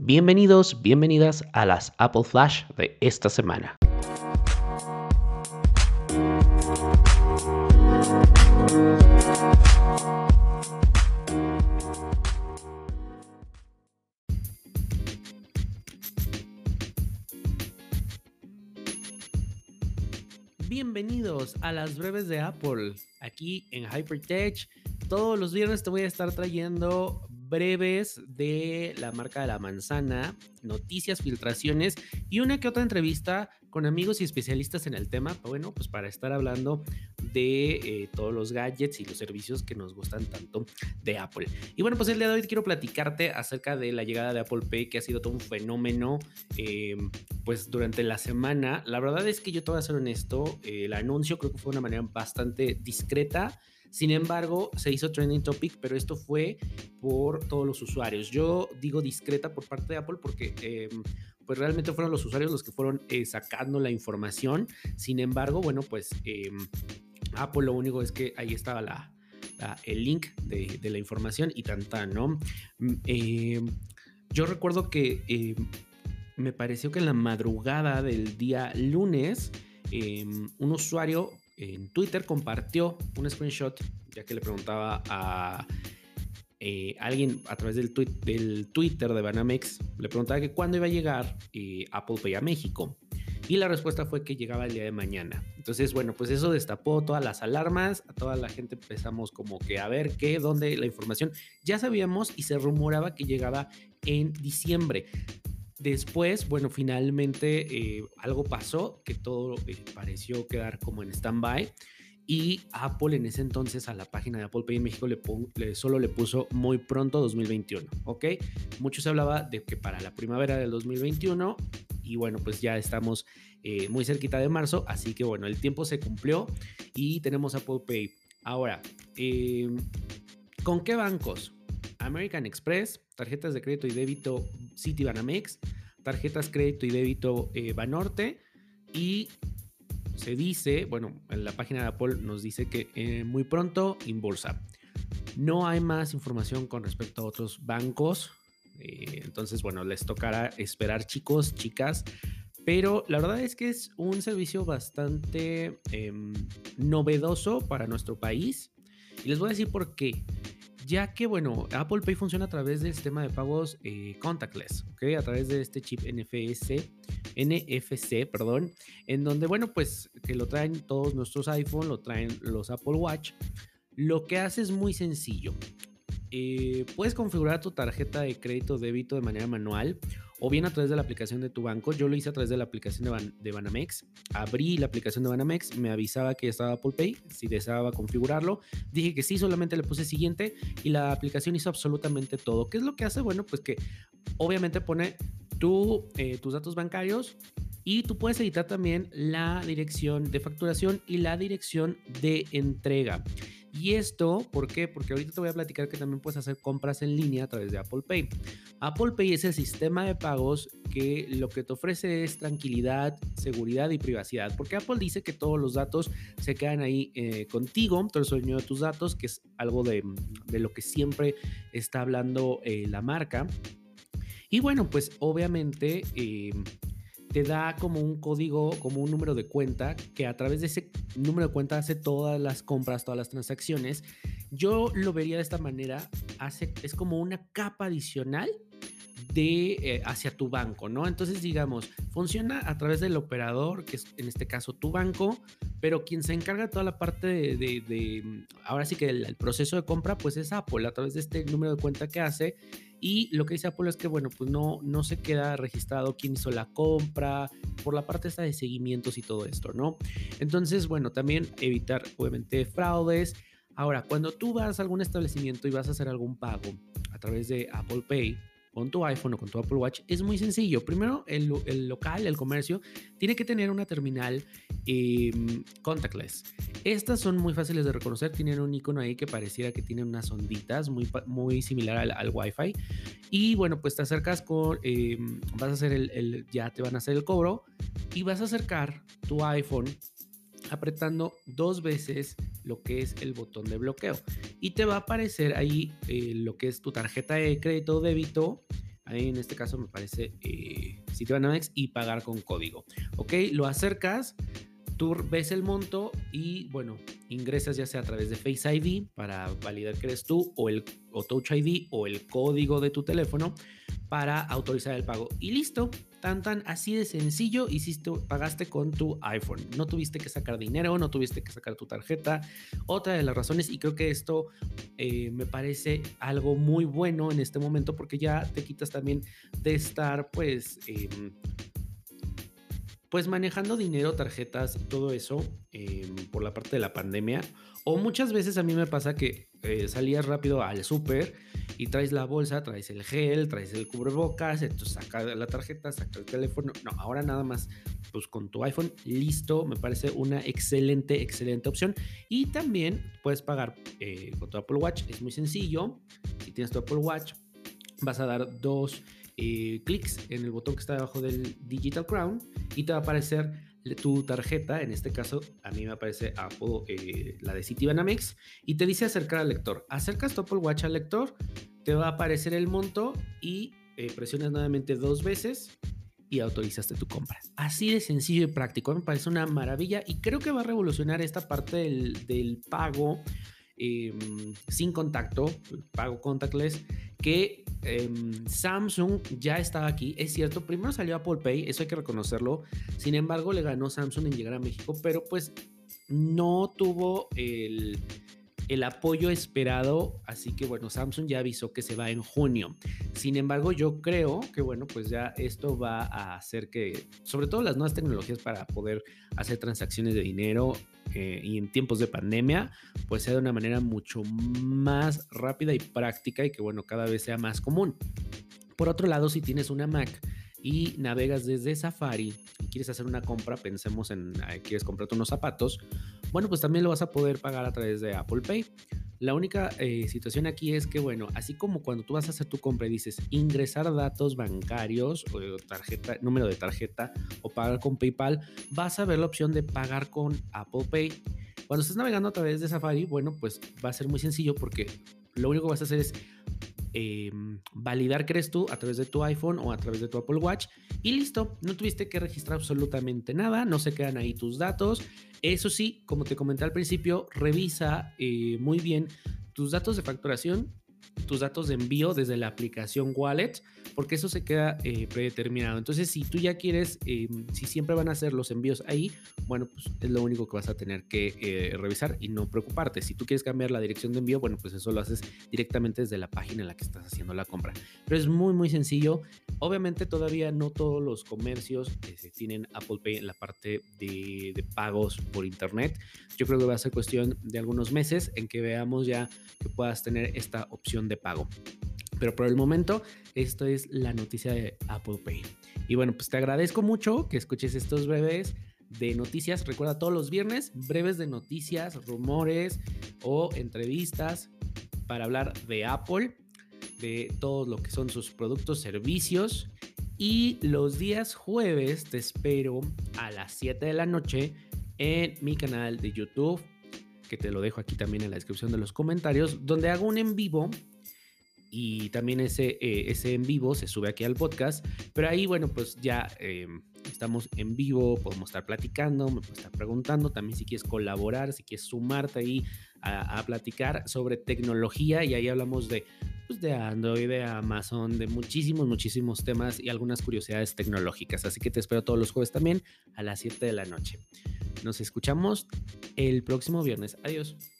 Bienvenidos, bienvenidas a las Apple Flash de esta semana. Bienvenidos a las breves de Apple, aquí en Hypertech. Todos los viernes te voy a estar trayendo breves de la marca de la manzana, noticias, filtraciones y una que otra entrevista con amigos y especialistas en el tema. Bueno, pues para estar hablando de todos los gadgets y los servicios que nos gustan tanto de Apple. Y bueno, pues el día de hoy quiero platicarte acerca de la llegada de Apple Pay, que ha sido todo un fenómeno pues durante la semana. La verdad es que yo te voy a ser honesto, el anuncio creo que fue de una manera bastante discreta. Sin embargo, se hizo trending topic, pero esto fue por todos los usuarios. Yo digo discreta por parte de Apple porque pues realmente fueron los usuarios los que fueron sacando la información. Sin embargo, bueno, pues Apple lo único es que ahí estaba el link de la información y tan, ¿no? Yo recuerdo que me pareció que en la madrugada del día lunes, un usuario en Twitter compartió un screenshot, ya que le preguntaba a alguien a través del Twitter de Banamex, le preguntaba que cuándo iba a llegar Apple Pay a México. Y la respuesta fue que llegaba el día de mañana. Entonces, bueno, pues eso destapó todas las alarmas, a toda la gente empezamos como que a ver qué, dónde, la información. Ya sabíamos y se rumoraba que llegaba en diciembre. Después, bueno, finalmente algo pasó, que todo pareció quedar como en stand-by. Y Apple en ese entonces a la página de Apple Pay en México solo le puso muy pronto 2021, ¿ok? Mucho se hablaba de que para la primavera del 2021 y bueno, pues ya estamos muy cerquita de marzo, así que bueno, el tiempo se cumplió y tenemos Apple Pay. Ahora, ¿con qué bancos? American Express, tarjetas de crédito y débito Citibanamex, tarjetas crédito y débito Banorte y se dice, bueno, en la página de Apple nos dice que muy pronto Inbursa. No hay más información con respecto a otros bancos, entonces bueno, les tocará esperar chicos, chicas, pero la verdad es que es un servicio bastante novedoso para nuestro país y les voy a decir por qué. Ya que, bueno, Apple Pay funciona a través del sistema de pagos contactless, ¿ok? A través de este chip NFC, perdón, en donde, bueno, pues que lo traen todos nuestros iPhone, lo traen los Apple Watch. Lo que hace es muy sencillo. Puedes configurar tu tarjeta de crédito o débito de manera manual o bien a través de la aplicación de tu banco. Yo lo hice a través de la aplicación de Banamex. Abrí la aplicación de Banamex, me avisaba que ya estaba Apple Pay, si deseaba configurarlo. Dije que sí, solamente le puse siguiente y la aplicación hizo absolutamente todo. ¿Qué es lo que hace? Bueno, pues que obviamente pone tus datos bancarios y tú puedes editar también la dirección de facturación y la dirección de entrega. Y esto, ¿por qué? Porque ahorita te voy a platicar que también puedes hacer compras en línea a través de Apple Pay. Apple Pay es el sistema de pagos que lo que te ofrece es tranquilidad, seguridad y privacidad. Porque Apple dice que todos los datos se quedan ahí contigo, todo el dueño de tus datos, que es algo de lo que siempre está hablando la marca. Y bueno, pues obviamente te da como un código, como un número de cuenta, que a través de ese número de cuenta hace todas las compras, todas las transacciones. Yo lo vería de esta manera, es como una capa adicional hacia tu banco, ¿no? Entonces, digamos, funciona a través del operador, que es en este caso tu banco, pero quien se encarga de toda la parte ahora sí que el proceso de compra, pues es Apple, a través de este número de cuenta que hace. Y lo que dice Apple es que, bueno, pues no se queda registrado quién hizo la compra, por la parte esta de seguimientos y todo esto, ¿no? Entonces, bueno, también evitar, obviamente, fraudes. Ahora, cuando tú vas a algún establecimiento y vas a hacer algún pago a través de Apple Pay, con tu iPhone o con tu Apple Watch, es muy sencillo. Primero, el local, el comercio, tiene que tener una terminal contactless. Estas son muy fáciles de reconocer, tienen un icono ahí que pareciera que tienen unas onditas, muy similar al Wi-Fi. Y bueno, pues te acercas vas a hacer ya te van a hacer el cobro y vas a acercar tu iPhone apretando 2 veces lo que es el botón de bloqueo y te va a aparecer ahí lo que es tu tarjeta de crédito o débito A mí en este caso me parece Citibanamex y pagar con código. Ok, lo acercas, tú ves el monto y bueno, ingresas ya sea a través de Face ID para validar que eres tú o Touch ID o el código de tu teléfono para autorizar el pago. Y listo, tan así de sencillo, pagaste con tu iPhone. No tuviste que sacar dinero, no tuviste que sacar tu tarjeta. Otra de las razones, y creo que esto me parece algo muy bueno en este momento porque ya te quitas también de estar pues manejando dinero, tarjetas, todo eso por la parte de la pandemia. O muchas veces a mí me pasa que salías rápido al súper y traes la bolsa, traes el gel, traes el cubrebocas, entonces saca la tarjeta, saca el teléfono. No, ahora nada más pues con tu iPhone, listo, me parece una excelente opción. Y también puedes pagar con tu Apple Watch, es muy sencillo. Si tienes tu Apple Watch, vas a dar dos clics en el botón que está debajo del Digital Crown y te va a aparecer tu tarjeta. En este caso a mí me aparece Apple, la de Citibanamex, y te dice acercar al lector. Acercas tu Apple Watch al lector, te va a aparecer el monto y presionas nuevamente 2 veces y autorizaste tu compra. Así de sencillo y práctico. Me parece una maravilla y creo que va a revolucionar esta parte del pago sin contacto, pago contactless, que Samsung ya estaba aquí. Es cierto, primero salió Apple Pay, eso hay que reconocerlo. Sin embargo, le ganó Samsung en llegar a México, pero pues no tuvo el apoyo esperado, así que bueno, Samsung ya avisó que se va en junio. Sin embargo, yo creo que bueno, pues ya esto va a hacer que, sobre todo las nuevas tecnologías para poder hacer transacciones de dinero y en tiempos de pandemia, pues sea de una manera mucho más rápida y práctica y que bueno, cada vez sea más común. Por otro lado, si tienes una Mac y navegas desde Safari y quieres hacer una compra, pensemos en quieres comprarte unos zapatos, bueno, pues también lo vas a poder pagar a través de Apple Pay. La única situación aquí es que, bueno, así como cuando tú vas a hacer tu compra y dices ingresar datos bancarios o tarjeta, número de tarjeta o pagar con PayPal, vas a ver la opción de pagar con Apple Pay. Cuando estés navegando a través de Safari, bueno, pues va a ser muy sencillo porque lo único que vas a hacer es validar que eres tú a través de tu iPhone o a través de tu Apple Watch y listo, no tuviste que registrar absolutamente nada, no se quedan ahí tus datos. Eso sí, como te comenté al principio, revisa muy bien tus datos de facturación, tus datos de envío desde la aplicación Wallet, porque eso se queda predeterminado. Entonces, si tú ya quieres, si siempre van a hacer los envíos ahí, bueno, pues es lo único que vas a tener que revisar y no preocuparte. Si tú quieres cambiar la dirección de envío, bueno, pues eso lo haces directamente desde la página en la que estás haciendo la compra. Pero es muy sencillo. Obviamente todavía no todos los comercios tienen Apple Pay en la parte de pagos por internet. Yo creo que va a ser cuestión de algunos meses en que veamos ya que puedas tener esta opción de pago. Pero por el momento, esto es la noticia de Apple Pay. Y bueno, pues te agradezco mucho que escuches estos breves de noticias. Recuerda, todos los viernes, breves de noticias, rumores o entrevistas para hablar de Apple, de todo lo que son sus productos, servicios. Y los días jueves te espero a las 7 de la noche en mi canal de YouTube, que te lo dejo aquí también en la descripción de los comentarios, donde hago un en vivo. Y también ese en vivo se sube aquí al podcast, pero ahí, bueno, pues ya estamos en vivo, podemos estar platicando, me puedes estar preguntando, también si quieres colaborar, si quieres sumarte ahí a platicar sobre tecnología, y ahí hablamos pues de Android, de Amazon, de muchísimos temas y algunas curiosidades tecnológicas, así que te espero todos los jueves también a las 7 de la noche. Nos escuchamos el próximo viernes. Adiós.